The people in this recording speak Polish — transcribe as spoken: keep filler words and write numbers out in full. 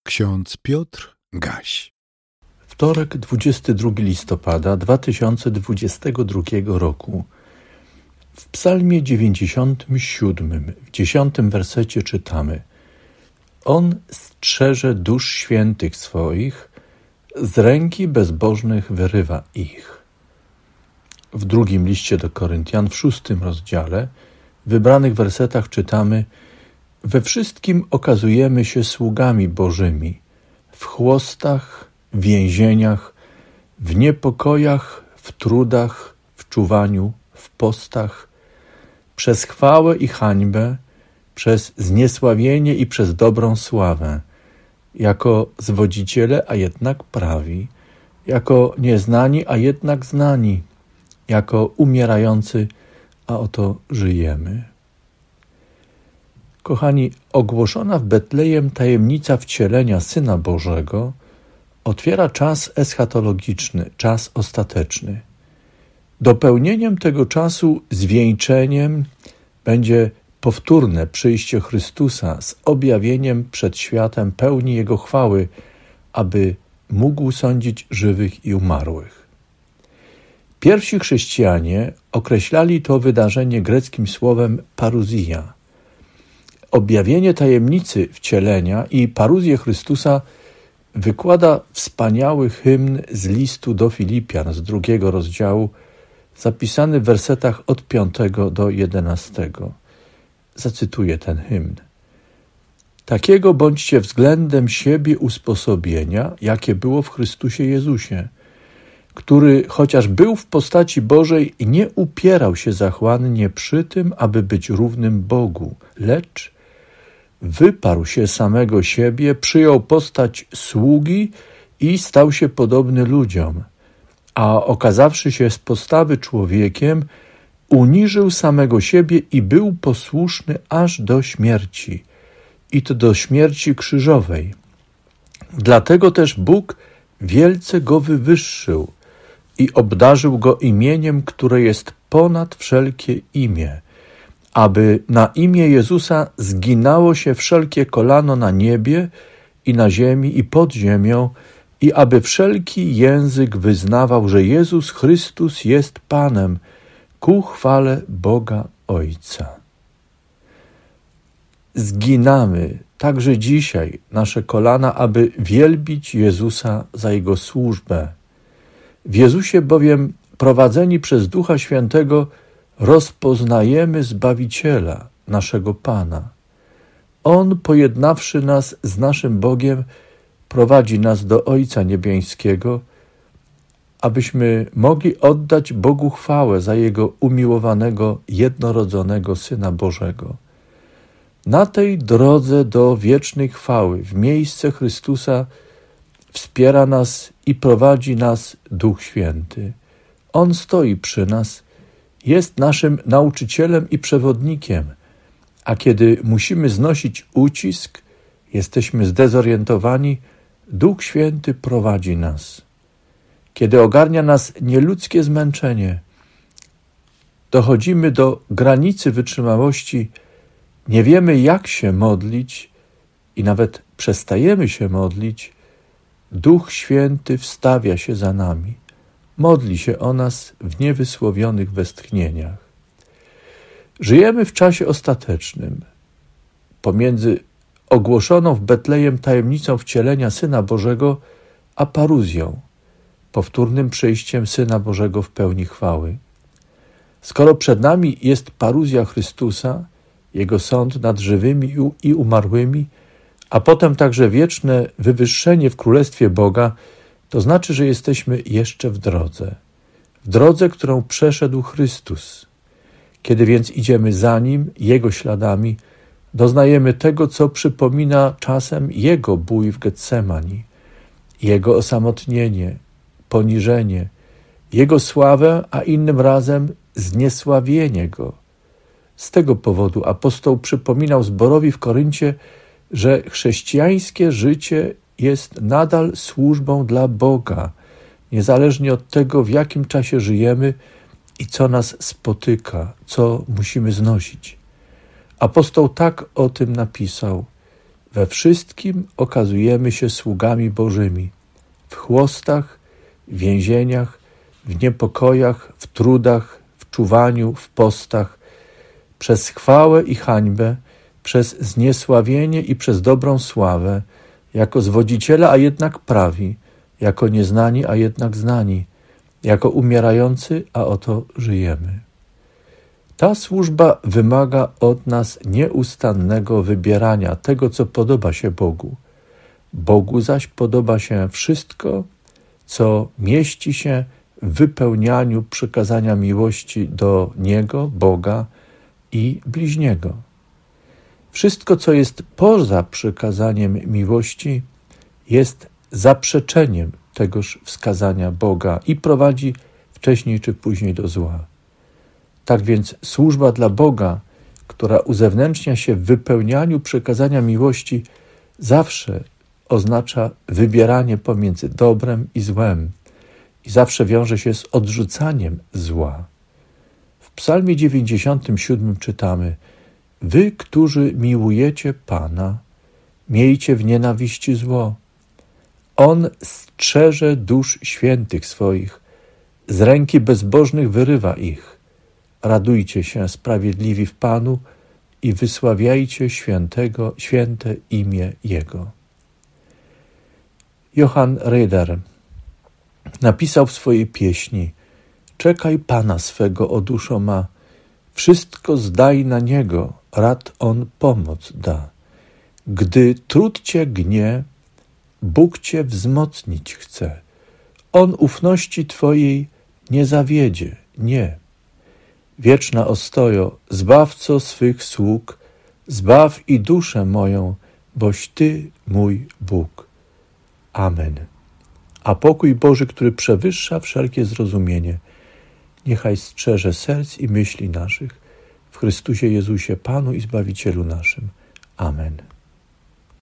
Ksiądz Piotr Gaś. Wtorek, dwudziestego drugiego listopada dwa tysiące dwudziestego drugiego roku. W psalmie dziewięćdziesiątym siódmym, w dziesiątym wersecie czytamy: On strzeże dusz świętych swoich, z ręki bezbożnych wyrywa ich. W drugim liście do Koryntian, w szóstym rozdziale, w wybranych wersetach czytamy: We wszystkim okazujemy się sługami Bożymi, w chłostach, w więzieniach, w niepokojach, w trudach, w czuwaniu, w postach, przez chwałę i hańbę, przez zniesławienie i przez dobrą sławę, jako zwodziciele, a jednak prawi, jako nieznani, a jednak znani, jako umierający, a oto żyjemy. Kochani, ogłoszona w Betlejem tajemnica wcielenia Syna Bożego otwiera czas eschatologiczny, czas ostateczny. Dopełnieniem tego czasu, zwieńczeniem będzie powtórne przyjście Chrystusa z objawieniem przed światem pełni Jego chwały, aby mógł sądzić żywych i umarłych. Pierwsi chrześcijanie określali to wydarzenie greckim słowem paruzja. Objawienie tajemnicy wcielenia i paruzję Chrystusa wykłada wspaniały hymn z listu do Filipian z drugiego rozdziału, zapisany w wersetach od piątego do jedenastego. Zacytuję ten hymn. Takiego bądźcie względem siebie usposobienia, jakie było w Chrystusie Jezusie, który, chociaż był w postaci Bożej, nie upierał się zachłannie przy tym, aby być równym Bogu, lecz wyparł się samego siebie, przyjął postać sługi i stał się podobny ludziom, a okazawszy się z postawy człowiekiem, uniżył samego siebie i był posłuszny aż do śmierci, i to do śmierci krzyżowej. Dlatego też Bóg wielce go wywyższył i obdarzył go imieniem, które jest ponad wszelkie imię, aby na imię Jezusa zginało się wszelkie kolano na niebie i na ziemi i pod ziemią, i aby wszelki język wyznawał, że Jezus Chrystus jest Panem, ku chwale Boga Ojca. Zginamy także dzisiaj nasze kolana, aby wielbić Jezusa za Jego służbę. W Jezusie bowiem, prowadzeni przez Ducha Świętego, rozpoznajemy Zbawiciela, naszego Pana. On, pojednawszy nas z naszym Bogiem, prowadzi nas do Ojca Niebiańskiego, abyśmy mogli oddać Bogu chwałę za Jego umiłowanego, jednorodzonego Syna Bożego. Na tej drodze do wiecznej chwały, w miejsce Chrystusa, wspiera nas i prowadzi nas Duch Święty. On stoi przy nas, jest naszym nauczycielem i przewodnikiem, a kiedy musimy znosić ucisk, jesteśmy zdezorientowani, Duch Święty prowadzi nas. Kiedy ogarnia nas nieludzkie zmęczenie, dochodzimy do granicy wytrzymałości, nie wiemy, jak się modlić i nawet przestajemy się modlić, Duch Święty wstawia się za nami. Modli się o nas w niewysłowionych westchnieniach. Żyjemy w czasie ostatecznym. Pomiędzy ogłoszoną w Betlejem tajemnicą wcielenia Syna Bożego a paruzją, powtórnym przyjściem Syna Bożego w pełni chwały. Skoro przed nami jest paruzja Chrystusa, Jego sąd nad żywymi i umarłymi, a potem także wieczne wywyższenie w Królestwie Boga, to znaczy, że jesteśmy jeszcze w drodze. W drodze, którą przeszedł Chrystus. Kiedy więc idziemy za Nim, Jego śladami, doznajemy tego, co przypomina czasem Jego bój w Getsemani, Jego osamotnienie, poniżenie, Jego sławę, a innym razem zniesławienie Go. Z tego powodu apostoł przypominał zborowi w Koryncie, że chrześcijańskie życie jest nadal służbą dla Boga, niezależnie od tego, w jakim czasie żyjemy i co nas spotyka, co musimy znosić. Apostoł tak o tym napisał: we wszystkim okazujemy się sługami Bożymi. W chłostach, w więzieniach, w niepokojach, w trudach, w czuwaniu, w postach, przez chwałę i hańbę, przez zniesławienie i przez dobrą sławę, jako zwodziciele, a jednak prawi, jako nieznani, a jednak znani, jako umierający, a oto żyjemy. Ta służba wymaga od nas nieustannego wybierania tego, co podoba się Bogu. Bogu zaś podoba się wszystko, co mieści się w wypełnianiu przykazania miłości do Niego, Boga i bliźniego. Wszystko, co jest poza przykazaniem miłości, jest zaprzeczeniem tegoż wskazania Boga i prowadzi wcześniej czy później do zła. Tak więc służba dla Boga, która uzewnętrznia się w wypełnianiu przykazania miłości, zawsze oznacza wybieranie pomiędzy dobrem i złem i zawsze wiąże się z odrzucaniem zła. W Psalmie dziewięćdziesiątym siódmym czytamy: Wy, którzy miłujecie Pana, miejcie w nienawiści zło. On strzeże dusz świętych swoich, z ręki bezbożnych wyrywa ich. Radujcie się, sprawiedliwi w Panu, i wysławiajcie świętego, święte imię Jego. Johann Rieder napisał w swojej pieśni: Czekaj Pana swego, o duszo ma, wszystko zdaj na Niego, rad On pomoc da. Gdy trud cię gnie, Bóg cię wzmocnić chce. On ufności twojej nie zawiedzie, nie. Wieczna ostojo, Zbawco swych sług, zbaw i duszę moją, boś Ty mój Bóg. Amen. A pokój Boży, który przewyższa wszelkie zrozumienie, niechaj strzeże serc i myśli naszych w Chrystusie Jezusie, Panu i Zbawicielu naszym. Amen.